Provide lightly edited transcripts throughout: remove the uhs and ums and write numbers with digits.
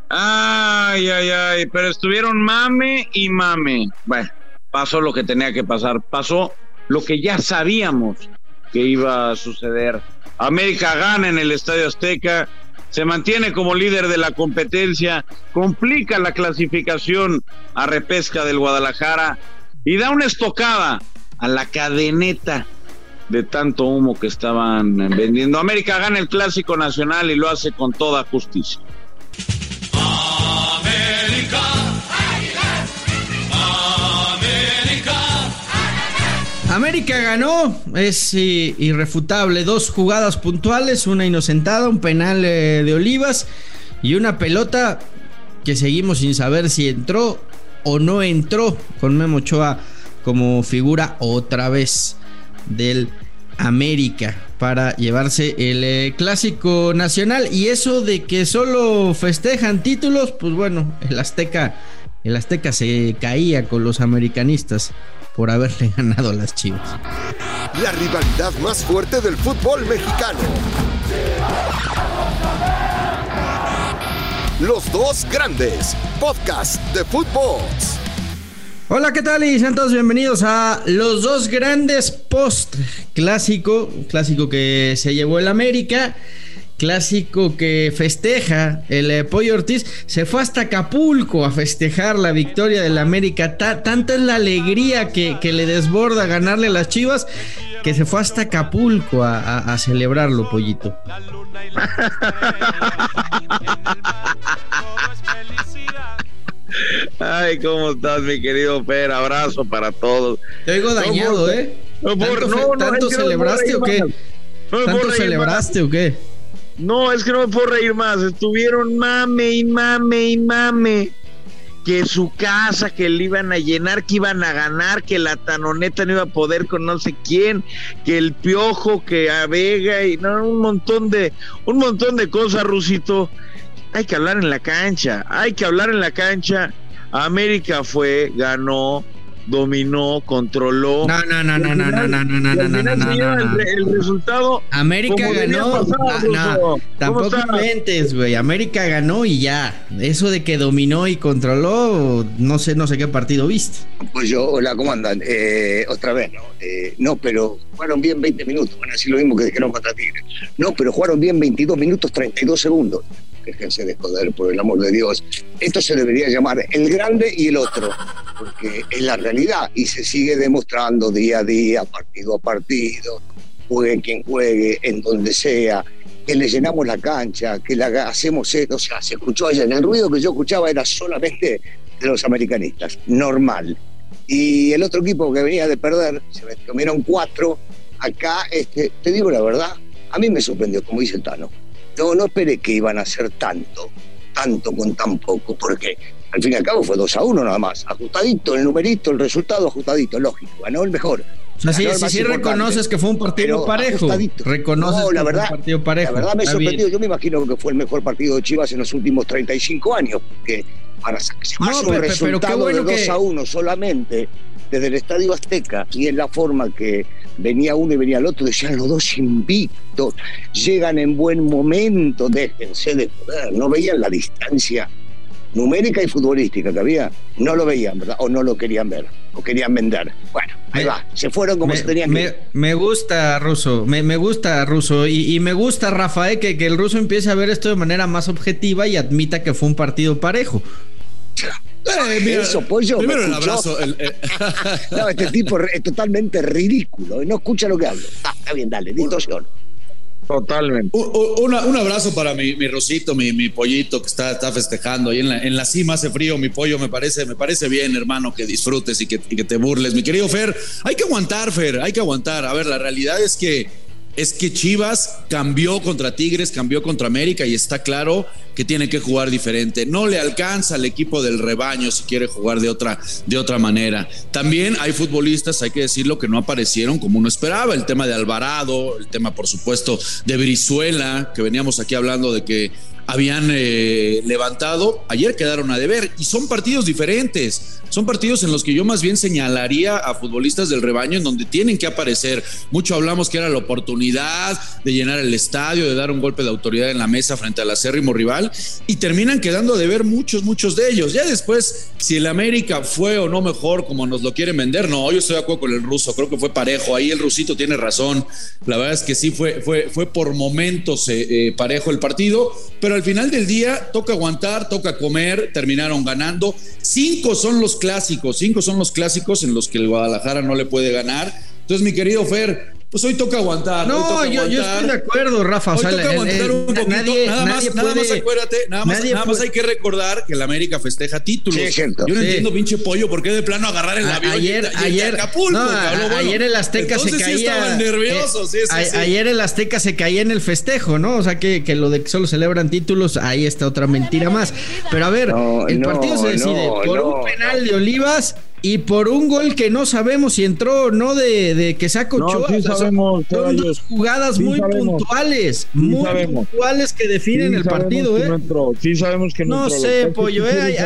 Ay, pero estuvieron mame y mame. Bueno, pasó lo que tenía que pasar, pasó lo que ya sabíamos que iba a suceder. América gana en el Estadio Azteca, se mantiene como líder de la competencia, complica la clasificación a repesca del Guadalajara y da una estocada a la cadeneta de tanto humo que estaban vendiendo. América gana el Clásico Nacional y lo hace con toda justicia. América, América ganó, es irrefutable. 2 jugadas puntuales, una inocentada, un penal de Olivas y una pelota que seguimos sin saber si entró o no entró, con Memo Ochoa como figura otra vez del América para llevarse el Clásico Nacional. Y eso de que solo festejan títulos, pues bueno, el Azteca se caía con los americanistas por haberle ganado a las Chivas. La rivalidad más fuerte del fútbol mexicano. Los Dos Grandes, podcast de fútbol. Hola, ¿qué tal? Y sean todos bienvenidos a Los Dos Grandes post clásico que se llevó el América, clásico que festeja el Pollo Ortiz. Se fue hasta Acapulco a festejar la victoria del América. Tanta es la alegría que le desborda ganarle a las Chivas, que se fue hasta Acapulco a celebrarlo, Pollito. Ay, ¿cómo estás, mi querido Fer? Abrazo para todos. Te oigo dañado, ¿Tanto celebraste o qué? ¿Tanto celebraste o qué? No, es que no me puedo reír más. Estuvieron mame y mame. Que su casa, que le iban a llenar, que iban a ganar, que la Tanoneta no iba a poder con no sé quién, que el Piojo, que a Vega y no, un montón de cosas, Rusito. Hay que hablar en la cancha. América fue, ganó, dominó, controló. No. El resultado. América ganó. Tampoco inventes, güey. América ganó y ya. Eso de que dominó y controló, no sé qué partido viste. Pues yo, hola, ¿cómo andan? Otra vez, ¿no? No, pero jugaron bien 20 minutos. Van a decir lo mismo que dijeron contra Tigres. No, pero jugaron bien 22 minutos 32 segundos. Déjense de joder, por el amor de Dios. Esto se debería llamar el grande y el otro, porque es la realidad y se sigue demostrando día a día, partido a partido, juegue quien juegue, en donde sea, que le llenamos la cancha, que la hacemos, o sea, se escuchó ayer, el ruido que yo escuchaba era solamente de los americanistas, normal. Y el otro equipo que venía de perder, se comieron 4, acá, te digo la verdad, a mí me sorprendió, como dice el Tano. No esperé que iban a hacer tanto con tan poco, porque al fin y al cabo fue 2-1 nada más, ajustadito el numerito, el resultado ajustadito, lógico, ganó el mejor. O sea, sí reconoces que fue un partido parejo. Reconoces no, la verdad, que fue un partido parejo. La verdad me sorprendió, yo me imagino que fue el mejor partido de Chivas en los últimos 35 años, porque para que se pase un resultado bueno de 2-1 solamente desde el Estadio Azteca, y en la forma que venía uno y venía el otro, decían los dos invictos, llegan en buen momento, déjense de joder, no veían la distancia numérica y futbolística que había, no lo veían, ¿verdad? O no lo querían ver, o querían vender. Bueno, ahí va, se fueron como se tenían que ir. Me gusta, Russo, me gusta, Russo, y me gusta, Rafael, que el Russo empiece a ver esto de manera más objetiva y admita que fue un partido parejo. Mira, eso, Pollo. Primero el abrazo. No, este tipo es totalmente ridículo. No escucha lo que hablo. Está bien, dale, distorsión. Totalmente. Un abrazo para mi Rosito, mi pollito que está festejando. Ahí en la cima hace frío, mi pollo. Me parece bien, hermano, que disfrutes y que te burles. Mi querido Fer, hay que aguantar, Fer, hay que aguantar. A ver, la realidad es que Chivas cambió contra Tigres, cambió contra América y está claro que tiene que jugar diferente. No le alcanza al equipo del rebaño si quiere jugar de otra manera. También hay futbolistas, hay que decirlo, que no aparecieron como uno esperaba. El tema de Alvarado, el tema, por supuesto, de Brizuela, que veníamos aquí hablando de que habían levantado, ayer quedaron a deber, y son partidos diferentes, son partidos en los que yo más bien señalaría a futbolistas del rebaño en donde tienen que aparecer. Mucho hablamos que era la oportunidad de llenar el estadio, de dar un golpe de autoridad en la mesa frente al acérrimo rival, y terminan quedando a deber muchos de ellos. Ya después, si el América fue o no mejor como nos lo quieren vender, no, yo estoy de acuerdo con el ruso, creo que fue parejo, ahí el rusito tiene razón, la verdad es que sí fue por momentos parejo el partido, pero al final del día toca aguantar, toca comer, terminaron ganando. 5 son los clásicos en los que el Guadalajara no le puede ganar. Entonces, mi querido Fer, pues hoy toca aguantar. No, yo estoy de acuerdo, Rafa. Hoy toca aguantar un poquito. Nada más acuérdate, nada más hay que recordar que el América festeja títulos. Sí, yo no entiendo, pinche pollo, por qué de plano agarrar el avión ayer, Acapulco. Ayer el Azteca se caía. Sí estaban nerviosos. Ayer el Azteca se caía en el festejo, ¿no? O sea, que lo de que solo celebran títulos, ahí está otra mentira más. Pero a ver, el partido se decide por un penal de Olivas y por un gol que no sabemos si entró o no de que saca Ochoa. Sí sabemos, son 2 jugadas muy puntuales, puntuales que definen el partido, No entró. Sí sabemos que no entró. No sé, pollo,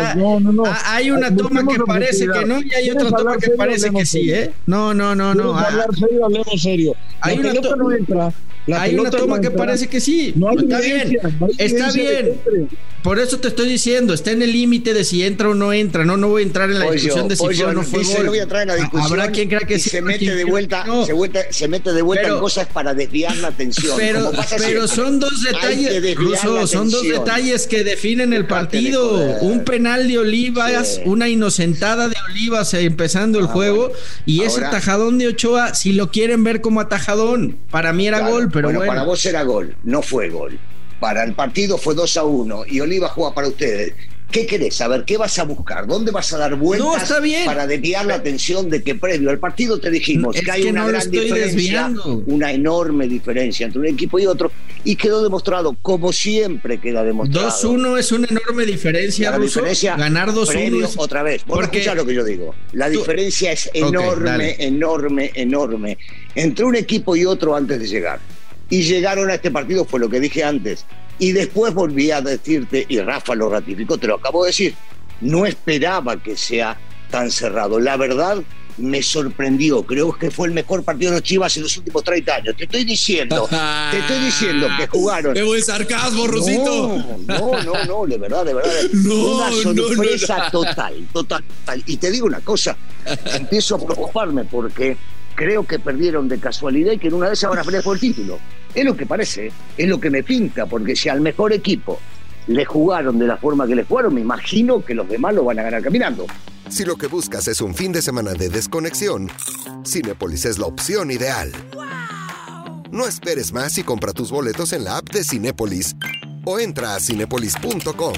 hay una toma que parece que no y hay otra toma que parece que sí, No. Hablar serio, hablemos serio. Hay una toma no entra. Hay una toma que parece que sí. No está bien. Por eso te estoy diciendo, está en el límite de si entra o no entra. No voy a entrar en la discusión de si fue o no fue gol. No voy a entrar en la discusión. Habrá quien crea que sí. Se mete de vuelta, se mete de vuelta en cosas para desviar la atención. Pero son 2 detalles, Ruso, son 2 detalles que definen el partido. Un penal de Olivas, una inocentada de Olivas empezando el juego, y ese atajadón de Ochoa, si lo quieren ver como atajadón, para mí era gol, pero bueno. Para vos era gol, no fue gol. Para el partido fue 2-1 y Olivas juega para ustedes. ¿Qué querés saber? ¿Qué vas a buscar? ¿Dónde vas a dar vueltas para desviar la atención de que previo al partido te dijimos que hay una gran diferencia, una enorme diferencia entre un equipo y otro? Y quedó demostrado, como siempre queda demostrado. 2-1 es una enorme diferencia, Ruso. Ganar 2-1 es... Otra vez, vos escuchás lo que yo digo. La diferencia es enorme, enorme entre un equipo y otro antes de llegar. Y llegaron a este partido, fue lo que dije antes. Y después volví a decirte, y Rafa lo ratificó, te lo acabo de decir, no esperaba que sea tan cerrado. La verdad, me sorprendió. Creo que fue el mejor partido de los Chivas en los últimos 30 años. Te estoy diciendo que jugaron. ¡Qué buen sarcasmo, Rosito! No, de verdad. Una sorpresa total. Y te digo una cosa, empiezo a preocuparme porque creo que perdieron de casualidad y que en una de esas van a pelear por el título. Es lo que parece, es lo que me pinta, porque si al mejor equipo le jugaron de la forma que le jugaron, me imagino que los demás lo van a ganar caminando. Si lo que buscas es un fin de semana de desconexión, Cinépolis es la opción ideal. No esperes más y compra tus boletos en la app de Cinépolis o entra a cinépolis.com.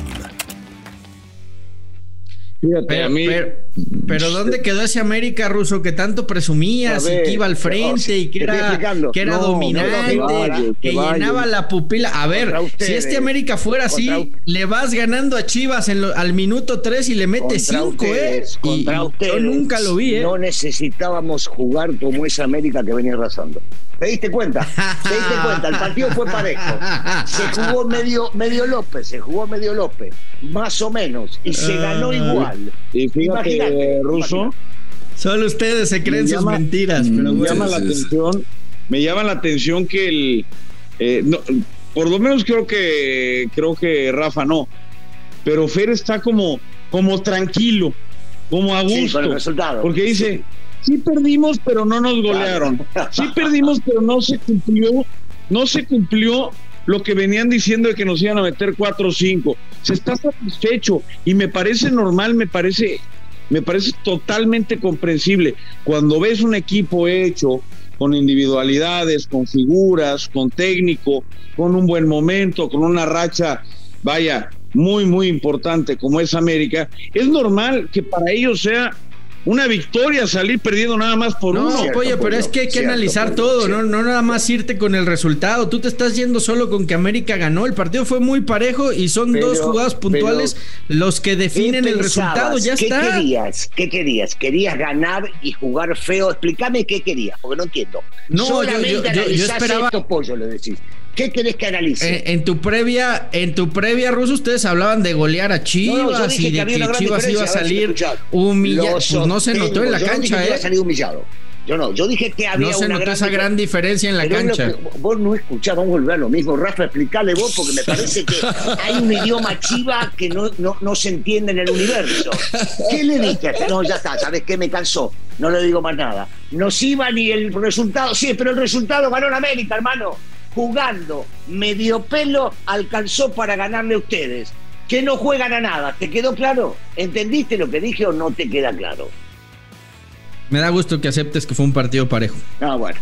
Pero ¿dónde quedó ese América, Ruso, que tanto presumías y que iba al frente y que era dominante, que llenaba la pupila? A ver, si este América fuera así, le vas ganando a Chivas al minuto 3 y le metes 5, yo nunca lo vi, No necesitábamos jugar como esa América que venía arrasando. ¿Te diste cuenta? El partido fue parejo. Se jugó medio López, más o menos, y se ganó igual. Y fíjate, Ruso, solo ustedes se creen sus mentiras, pero me llama la atención que por lo menos creo que Rafa no, pero Fer está como tranquilo, como a gusto, con el resultado. Porque dice, sí perdimos, pero no nos golearon. Sí perdimos, pero no se cumplió lo que venían diciendo de que nos iban a meter 4 o 5. Se está satisfecho y me parece normal, me parece totalmente comprensible. Cuando ves un equipo hecho con individualidades, con figuras, con técnico, con un buen momento, con una racha, muy, muy importante como es América, es normal que para ellos sea una victoria salir perdiendo nada más por uno. No, Pollo, pero es que hay que analizar todo, no nada más irte con el resultado. Tú te estás yendo solo con que América ganó. El partido fue muy parejo y son 2 jugadas puntuales los que definen el resultado. Ya está. ¿Qué querías? ¿Querías ganar y jugar feo? Explícame qué querías, porque no entiendo. No, yo esperaba. Pollo, le decís. ¿Qué querés que analice? En tu previa, Ruso, ustedes hablaban de golear a Chivas y de que Chivas iba a salir humillado. Pues no se notó en la cancha, no iba a salir humillado. Yo dije que había no se notó esa gran diferencia en la cancha. Vos no escuchás, vamos a volver a lo mismo. Rafa, explicale vos, porque me parece que hay un idioma chiva que no se entiende en el universo. ¿Qué le dije? No, ya está, ¿sabes qué? Me cansó. No le digo más nada. Nos iba ni el resultado. Sí, pero el resultado ganó en América, hermano. Jugando medio pelo alcanzó para ganarle a ustedes, que no juegan a nada. ¿Te quedó claro? ¿Entendiste lo que dije o no te queda claro? Me da gusto que aceptes que fue un partido parejo. Ah, bueno.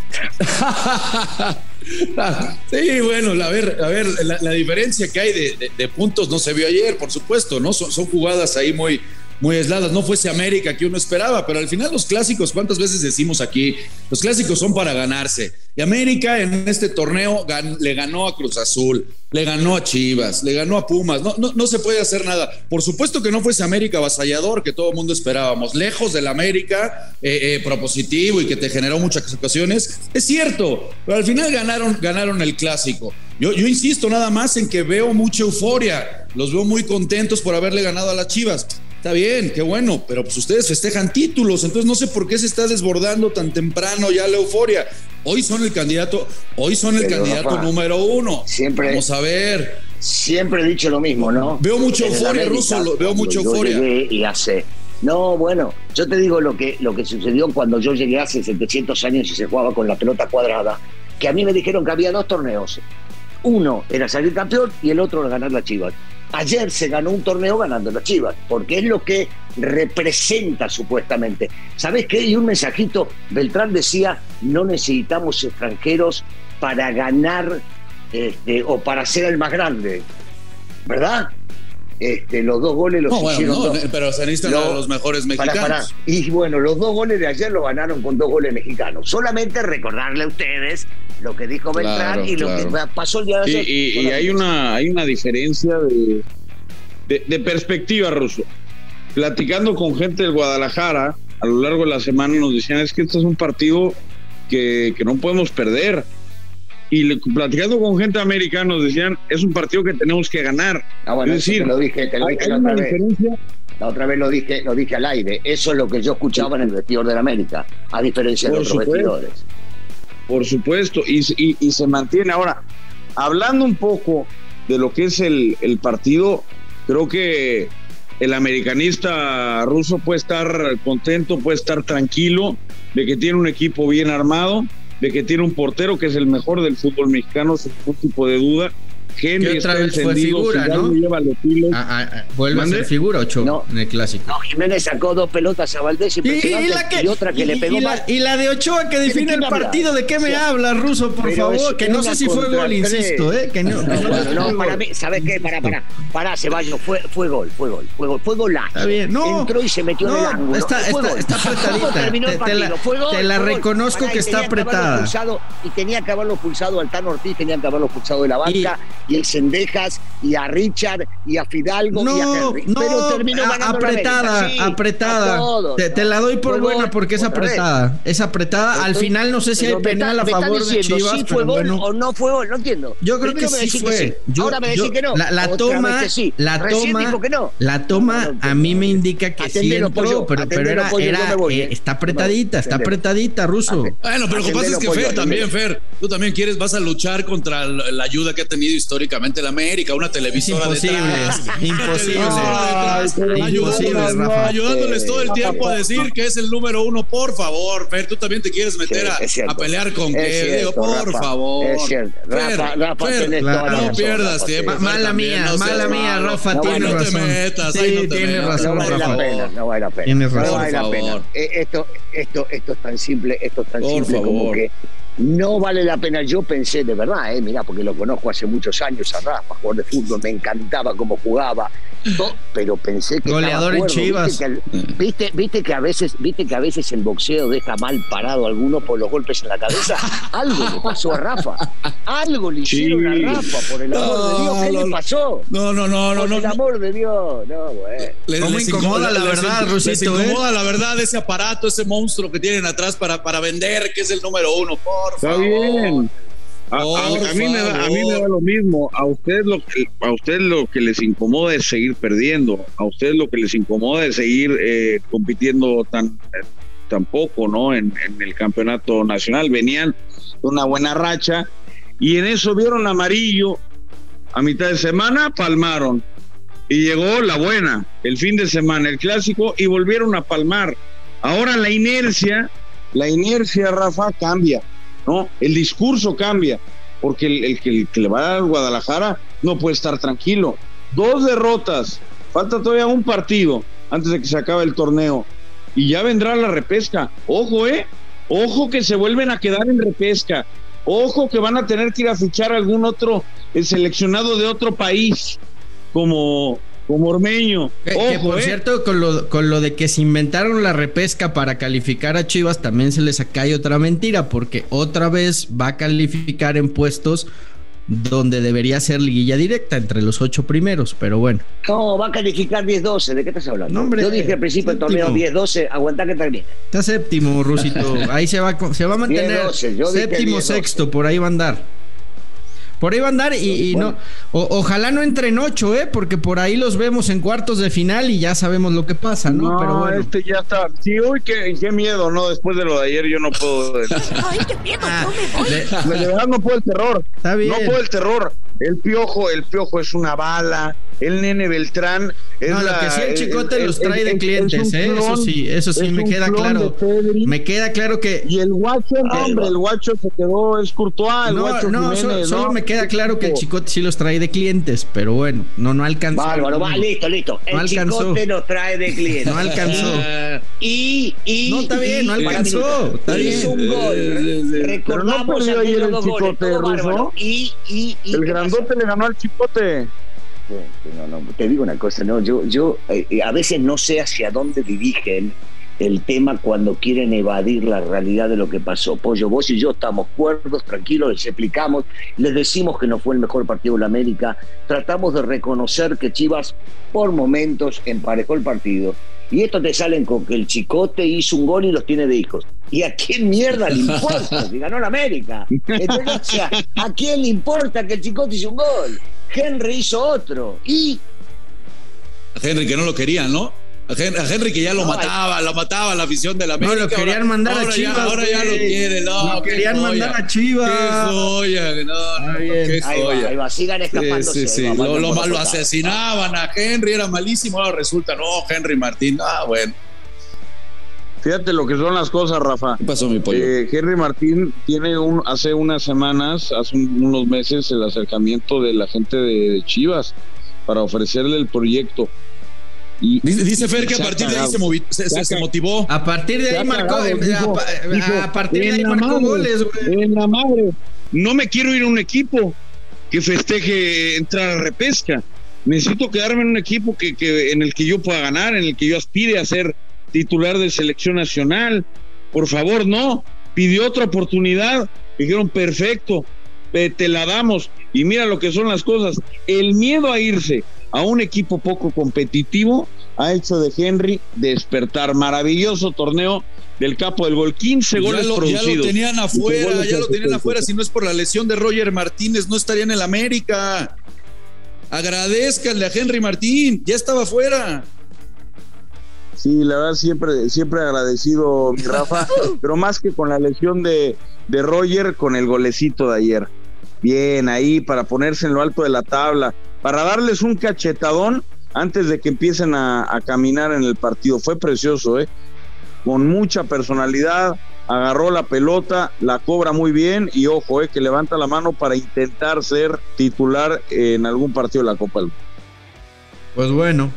Sí, bueno, a ver, la diferencia que hay de puntos no se vio ayer, por supuesto, ¿no? Son jugadas ahí muy aisladas. No fuese América que uno esperaba, pero al final los clásicos, ¿cuántas veces decimos aquí? Los clásicos son para ganarse. Y América en este torneo le ganó a Cruz Azul, le ganó a Chivas, le ganó a Pumas. No se puede hacer nada. Por supuesto que no fuese América avasallador, que todo el mundo esperábamos. Lejos del América propositivo y que te generó muchas ocasiones. Es cierto, pero al final ganaron el clásico. Yo insisto nada más en que veo mucha euforia. Los veo muy contentos por haberle ganado a las Chivas. Está bien, qué bueno, pero pues ustedes festejan títulos, entonces no sé por qué se está desbordando tan temprano ya la euforia. Hoy son el candidato Rafa, número 1. Siempre, vamos a ver. Siempre he dicho lo mismo, ¿no? Veo mucha euforia, Ruso, veo mucha euforia. Y hace. No, bueno, yo te digo lo que sucedió cuando yo llegué hace 700 años y se jugaba con la pelota cuadrada, que a mí me dijeron que había 2 torneos. Uno era salir campeón y el otro era ganar la Chivas. Ayer se ganó un torneo ganando las Chivas, porque es lo que representa supuestamente. ¿Sabés qué? Y un mensajito, Beltrán decía, no necesitamos extranjeros para ganar o para ser el más grande, ¿verdad? Los 2 goles los hicieron. Pero se necesitan los mejores mexicanos. Y bueno, los 2 goles de ayer los ganaron con 2 goles mexicanos. Solamente recordarle a ustedes lo que dijo Beltrán y lo que pasó el día de ayer. Y hay una diferencia de perspectiva, Ruso. Platicando con gente del Guadalajara a lo largo de la semana nos decían, es que este es un partido que no podemos perder. Y platicando con gente americana nos decían, es un partido que tenemos que ganar. Bueno, es decir, te lo dije la otra vez. La otra vez lo dije al aire. Eso es lo que yo escuchaba en el vestidor del América, a diferencia de otros vestidores. Por supuesto, y se mantiene. Ahora, hablando un poco de lo que es el partido, creo que el americanista ruso puede estar contento, puede estar tranquilo de que tiene un equipo bien armado, de que tiene un portero que es el mejor del fútbol mexicano, sin ningún tipo de duda. Henry otra vez fue figura, ¿no? Vuelve a ser figura, Ochoa, en el clásico. No, Jiménez sacó 2 pelotas a Valdés y otra que le pegó mal. Y la de Ochoa que define el partido, ¿de qué me habla, Ruso, por favor? Que no sé si fue gol, insisto, que no. No, para mí, ¿sabes qué? Para Ceballos, fue gol, fue golazo. Está bien, no. Entró y se metió en el ángulo. Está apretadita. Te la reconozco que está apretada. Y tenía que haberlo pulsado al Tano Ortiz, tenía que haberlo pulsado de la banca. Y el Cendejas, y a Richard, y a Fidalgo, y a Henry. Pero terminó ganando apretada. Te la doy por buena porque es apretada. Es apretada. Entonces, al final no sé si hay penal a favor de Chivas. Si fue gol o no fue gol, no entiendo. Yo creo que sí fue. Ahora me decís que no. La toma a mí me indica que sí entró, pero está apretadita, Ruso. Bueno, pero lo que pasa es que Fer, tú también vas a luchar contra la ayuda que ha tenido históricamente la América, una televisora detrás. Imposible, Rafa. Ayudándoles todo el tiempo a decir que es el número 1, por favor. Fer, tú también te quieres meter a pelear con qué, digo, por favor. Es cierto, Rafa, no pierdas tiempo. Mala mía, Rafa, tienes razón. Sí, tienes razón, Rafa. No vale la pena. Tienes razón. No vale la pena. Esto es tan simple, como que no vale la pena. Yo pensé, de verdad, mirá, porque lo conozco hace muchos años a Rafa, jugador de fútbol, me encantaba cómo jugaba, pero pensé que goleador en Chivas. Viste que a veces el boxeo deja mal parado a algunos por los golpes en la cabeza. Algo le pasó a Rafa. Algo le hicieron a Rafa, por el amor de Dios. ¿Qué le pasó? No. Por el amor de Dios. No, güey. Les incomoda la verdad, Rusito. Les incomoda la verdad ese aparato, ese monstruo que tienen atrás para vender, que es el número 1. Por favor. Está bien. A mí me da lo mismo. A ustedes lo que les incomoda es seguir perdiendo. A ustedes lo que les incomoda es seguir compitiendo tan poco, ¿no? En el campeonato nacional. Venían de una buena racha y en eso vieron amarillo. A mitad de semana palmaron y llegó la buena, el fin de semana, el clásico, y volvieron a palmar. Ahora la inercia, Rafa, cambia, ¿no? El discurso cambia, porque el que le va al Guadalajara no puede estar tranquilo. 2 derrotas, falta todavía un partido antes de que se acabe el torneo, y ya vendrá la repesca. Ojo que se vuelven a quedar en repesca. Ojo que van a tener que ir a fichar algún otro seleccionado de otro país, como Ormeño. Que por cierto, con lo de que se inventaron la repesca para calificar a Chivas, también se les cae otra mentira, porque otra vez va a calificar en puestos donde debería ser liguilla directa entre los 8 primeros, pero bueno. No, va a calificar 10-12, ¿de qué estás hablando? No, hombre, yo dije al principio del torneo 10-12, aguantá que termine. Está séptimo, Rusito, ahí se va a mantener 10-12, séptimo, sexto, por ahí va a andar. Por ahí va a andar y bueno. Ojalá no entre en 8, porque por ahí los vemos en cuartos de final y ya sabemos lo que pasa, ¿no? Pero bueno. Ya está. Sí, uy, qué miedo, ¿no? Después de lo de ayer yo no puedo. Ay, qué miedo, no me voy. De verdad no puedo el terror. Está bien. No puedo el terror. El piojo es una bala. El Nene Beltrán lo que sí el Chicote los trae de clientes, eso sí me queda claro. Me queda claro que y el Guacho, el Guacho se quedó, es Courtois, solo me queda claro que el Chicote sí los trae de clientes, pero bueno, no alcanzó. Bárbaro, listo. El Chicote los trae de clientes. No alcanzó. No, está bien, no alcanzó. Está bien. Hizo un gol. Recordamos no ayer el Chicote, Ruso. El grandote le ganó al Chicote. No, te digo una cosa, no, yo a veces no sé hacia dónde dirigen el tema cuando quieren evadir la realidad de lo que pasó. Pollo, vos y yo estamos cuerdos, tranquilos, les explicamos, les decimos que no fue el mejor partido de la América, tratamos de reconocer que Chivas por momentos emparejó el partido. Y esto te salen con que el Chicote hizo un gol y los tiene de hijos. ¿Y a quién mierda le importa si ganó la América? Entonces, o sea, ¿a quién le importa que el Chicote hizo un gol? Henry hizo otro. Y a Henry que no lo querían, ¿no? A Henry que ya lo mataba la afición de la América. No, lo querían mandar a Chivas. Ahora ya lo quieren, no. Lo querían mandar a Chivas. Qué joya, qué joya. Ahí va, sigan escapándose. Sí. Lo asesinaban a Henry, era malísimo. Ahora resulta, Henry Martín. Bueno. Fíjate lo que son las cosas, Rafa. ¿Qué pasó, mi pollo? Henry Martín tiene hace unas semanas, hace unos meses, el acercamiento de la gente de Chivas para ofrecerle el proyecto. Y dice Fer que a partir de ahí se motivó. A partir de ahí marcó. A partir de ahí marcó goles, güey. En la madre. No me quiero ir a un equipo que festeje entrar a repesca. Necesito quedarme en un equipo en el que yo pueda ganar, en el que yo aspire a ser titular de selección nacional. Por favor, no. Pidió otra oportunidad. Dijeron, perfecto, te la damos. Y mira lo que son las cosas. El miedo a irse a un equipo poco competitivo ha hecho de Henry despertar. Maravilloso torneo del capo del gol, 15 goles producidos. Ya lo tenían afuera, si no es por la lesión de Roger Martínez, no estaría en el América. Agradézcanle a Henry Martín, ya estaba afuera. Sí, la verdad siempre agradecido, mi Rafa, pero más que con la lesión de Roger, con el golecito de ayer. Bien, ahí para ponerse en lo alto de la tabla, para darles un cachetadón antes de que empiecen a caminar en el partido. Fue precioso, con mucha personalidad, agarró la pelota, la cobra muy bien y ojo, que levanta la mano para intentar ser titular en algún partido de la Copa del Mundo. Pues bueno,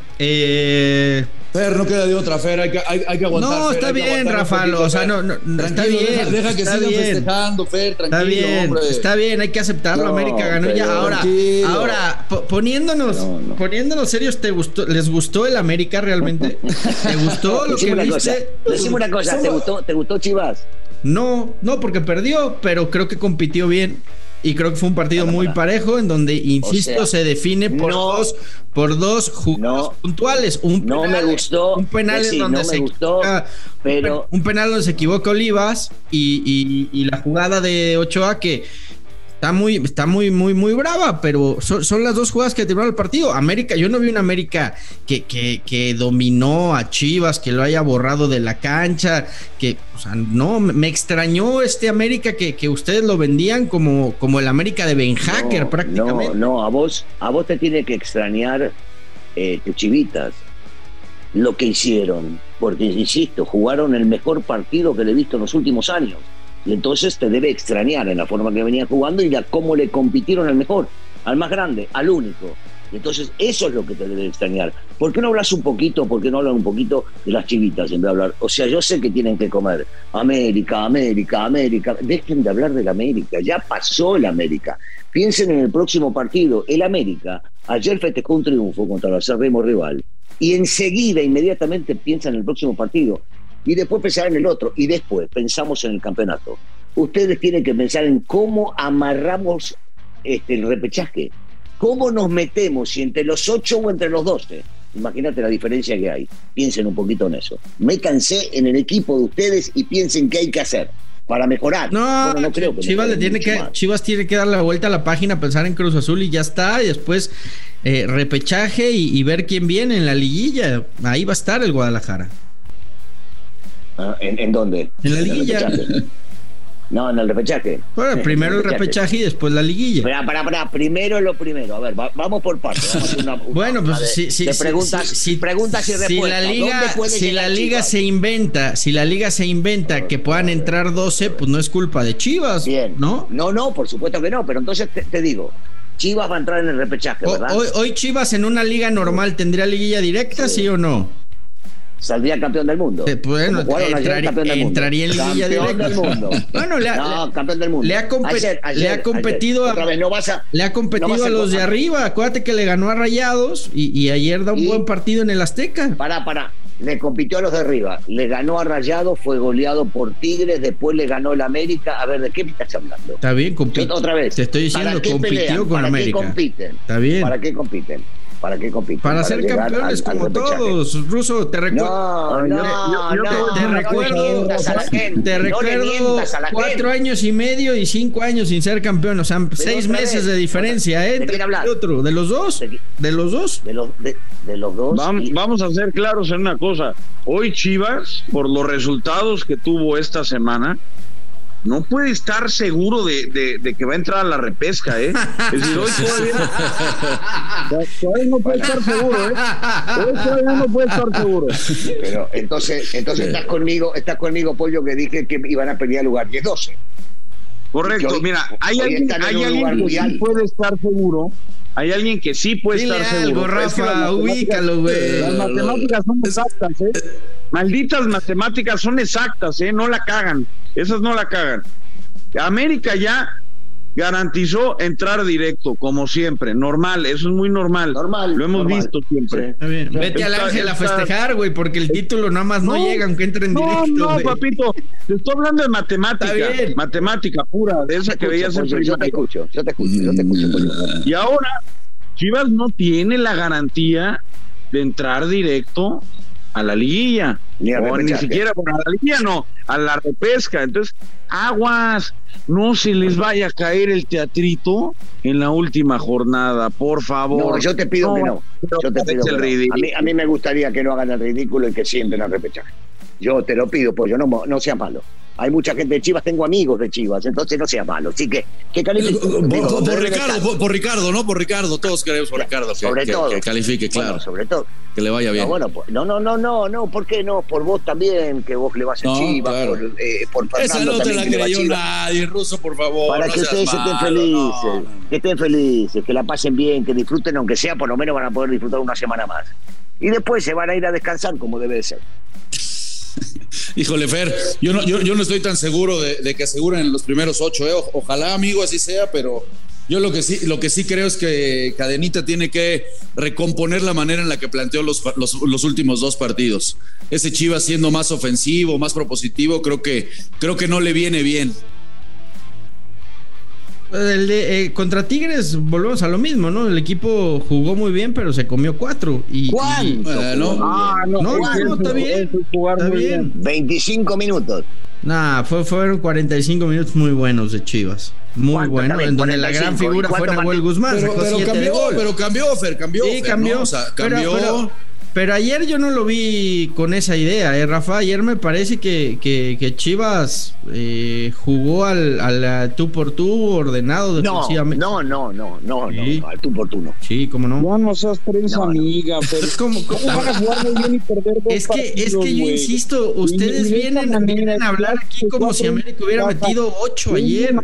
Fer, no queda de otra, Fer, hay que aguantar. No, Fer, está bien, Rafael, o sea, no está bien. Deja que sigan festejando, Fer, tranquilo, está bien, hombre. Está bien, hay que aceptarlo, América ganó ya. Ahora, poniéndonos serios, ¿les gustó el América realmente? ¿Te gustó lo que viste? Decime una cosa, ¿te gustó Chivas? No, porque perdió, pero creo que compitió bien. Y creo que fue un partido muy parejo en donde, insisto, se define por dos jugadas puntuales. Un penal en donde se equivoca, un penal donde se equivoca Olivas y la jugada de Ochoa que está muy brava, pero son las dos jugadas que terminaron el partido. América, yo no vi una América que dominó a Chivas, que lo haya borrado de la cancha, o sea, no, me extrañó América que ustedes lo vendían como el América de Ben Hacker prácticamente. No, a vos te tiene que extrañar tus Chivitas, lo que hicieron, porque insisto, jugaron el mejor partido que le he visto en los últimos años. Y entonces te debe extrañar en la forma que venían jugando y cómo le compitieron al mejor, al más grande, al único. Y entonces eso es lo que te debe extrañar. ¿Por qué no hablan un poquito de las Chivitas en vez de hablar? O sea, yo sé que tienen que comer América. Dejen de hablar del América, ya pasó el América. Piensen en el próximo partido. El América ayer festejó un triunfo contra el acérrimo rival y enseguida, inmediatamente piensan en el próximo partido. Y después pensar en el otro, y después pensamos en el campeonato. Ustedes tienen que pensar en cómo amarramos el repechaje, cómo nos metemos, si entre los 8 o entre los 12. Imagínate la diferencia que hay. Piensen un poquito en eso. Métanse en el equipo de ustedes y piensen qué hay que hacer para mejorar. No creo que Chivas tiene que dar la vuelta a la página, pensar en Cruz Azul y ya está, y después repechaje y ver quién viene en la liguilla. Ahí va a estar el Guadalajara. ¿En dónde? En la liguilla. No, en el repechaje. Bueno, primero el repechaje y después la liguilla. Para, primero lo primero. A ver, vamos por partes. Bueno, pues si preguntas y respuestas. Si la liga se inventa que puedan entrar 12, pues no es culpa de Chivas. Bien. ¿No? No, por supuesto que no, pero entonces te digo, Chivas va a entrar en el repechaje, ¿verdad? Hoy Chivas en una liga normal tendría liguilla directa, ¿sí o no? Saldría campeón del mundo. Bueno, entraría en liguilla directa. Bueno, campeón del mundo. Le ha competido a los de arriba. Acuérdate que le ganó a Rayados y ayer da un buen partido en el Azteca. Para. Le compitió a los de arriba, le ganó a Rayados, fue goleado por Tigres, después le ganó el América. A ver, ¿de qué me estás hablando? Está bien, otra vez. Te estoy diciendo, compitió con América. ¿Para qué compiten? Está bien. ¿Para qué compiten? Para ser campeones como todos. Ruso, te recuerdo. Te recuerdo 4 años y medio y 5 años sin ser campeón. O sea, 6 meses de diferencia, ¿eh? ¿De los dos? ¿De los dos? De los dos. Vamos a ser claros en una cosa. Hoy Chivas, por los resultados que tuvo esta semana, no puede estar seguro de que va a entrar a la repesca, ¿eh? Es decir, hoy todavía no puede estar seguro, ¿eh? Hoy todavía no puede estar seguro. Pero entonces estás conmigo, Pollo, que dije que iban a pelear lugar 10-12. Correcto, mira, hay alguien que sí puede estar seguro. Hay alguien que sí puede estar seguro. Rafa, ubícalo, güey. Las matemáticas son exactas, ¿eh? Malditas matemáticas son exactas, ¿eh? No la cagan. Esas no la cagan. América ya garantizó entrar directo, como siempre. Normal, eso es muy normal. Lo hemos visto siempre. Está bien. Vete al Ángel a festejar, güey, porque el título nada más no llega aunque entren directo. No, papito. Te estoy hablando de matemática. Matemática pura, de esa que veías en primaria. Yo te escucho. Y ahora, Chivas no tiene la garantía de entrar directo a la liguilla, ni siquiera a la liguilla, no, a la repesca. Entonces, aguas, no se les vaya a caer el teatrito en la última jornada, por favor. No, yo te pido que no. Yo te pido que no. A mí me gustaría que no hagan el ridículo y que sienten el repechaje. Yo te lo pido, pues yo no sea malo. Hay mucha gente de Chivas, tengo amigos de Chivas, entonces no sea malo. Así que califique. Por Ricardo, ¿no? Por Ricardo, todos queremos por Ricardo. Que califique, claro. Bueno, sobre todo. Que le vaya bien. No, ¿por qué no? Por vos también, que vos le vas a Chivas, claro. por Fernando. Esa no te la creyó nadie, Ruso, por favor. Para que ustedes estén felices, que la pasen bien, que disfruten, aunque sea, por lo menos van a poder disfrutar una semana más. Y después se van a ir a descansar como debe de ser. Híjole, Fer, yo no estoy tan seguro de que aseguren en los primeros 8, Ojalá, amigo, así sea, pero yo lo que sí creo es que Cadenita tiene que recomponer la manera en la que planteó los últimos 2 partidos. Ese Chivas siendo más ofensivo, más propositivo, creo que no le viene bien. Contra Tigres volvemos a lo mismo, ¿no? El equipo jugó muy bien, pero se comió 4. ¿Cuánto? No, está bien. Está bien. 25 minutos. Fueron 45 minutos muy buenos de Chivas. Muy buenos, en donde la gran figura fue Nahuel Guzmán. Pero cambió, Fer, cambió. Sí, Fer, cambió. ¿no? O sea, cambió. Pero ayer yo no lo vi con esa idea, Rafa. Ayer me parece que Chivas jugó al tú por tú, ordenado defensivamente. No, al tú por tú no. Sí, ¿cómo no? Ya no seas prensa amiga, pero ¿Cómo van a jugar muy bien y perder dos es que yo güey? insisto, ustedes vienen a hablar aquí como si América hubiera metido 8 ayer.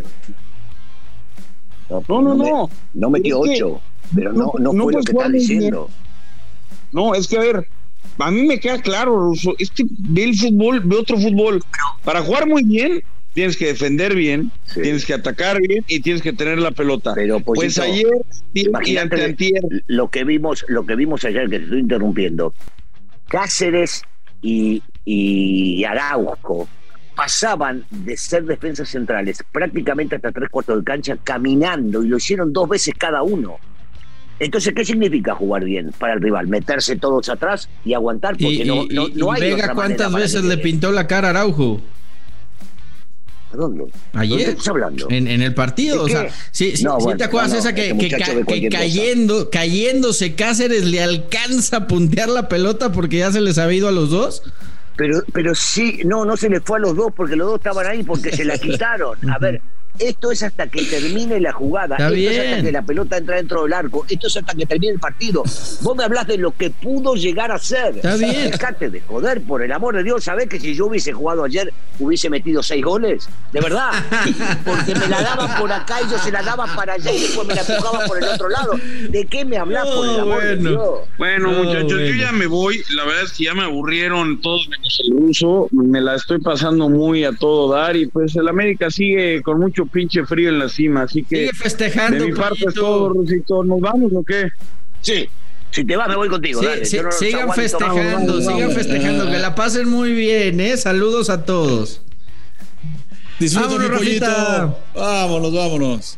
No metió 8, pero no fue lo que estás diciendo. No, es que a ver, a mí me queda claro, Russo, ve el fútbol, ve otro fútbol. Para jugar muy bien, tienes que defender bien, tienes que atacar bien y tienes que tener la pelota. Pero pues ayer y anteantier, lo que vimos ayer, que te estoy interrumpiendo, Cáceres y Araujo pasaban de ser defensas centrales prácticamente hasta 3/4 de cancha caminando, y lo hicieron 2 veces cada uno. Entonces, ¿qué significa jugar bien para el rival? Meterse todos atrás y aguantar, porque no hay Vega, ¿cuántas veces le pintó la cara a Araujo? ¿Dónde? Ayer. ¿Dónde estás hablando? En el partido, o sea, sí te acuerdas esa que cayéndose Cáceres le alcanza a puntear la pelota porque ya se les ha ido a los dos. Pero sí, no se les fue a los dos porque los dos estaban ahí porque se la quitaron. A ver, esto es hasta que termine la jugada. Está esto bien. es hasta que la pelota entra dentro del arco. Esto es hasta que termine el partido. Vos me hablas de lo que pudo llegar a ser. Está bien. Dejate de joder, por el amor de Dios. ¿Sabés que si yo hubiese jugado ayer hubiese metido 6 goles? De verdad. Porque me la daban por acá y yo se la daba para allá y después me la empujaban por el otro lado. ¿De qué me hablas, por el amor de Dios? Bueno, muchachos, yo ya me voy. La verdad es que ya me aburrieron todos menos el Ruso. Me la estoy pasando muy a todo dar y pues el América sigue con mucho pinche frío en la cima, así que sigue festejando. de mi parte es todo, Rusito. ¿Nos vamos o qué? Sí. Si te vas, me voy contigo. Dale. Sigan festejando, que la pasen muy bien, Saludos a todos. Disfruta, mi pollito. Rafita. Vámonos.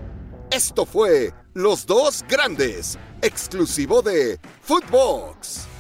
Esto fue Los Dos Grandes, exclusivo de Footbox.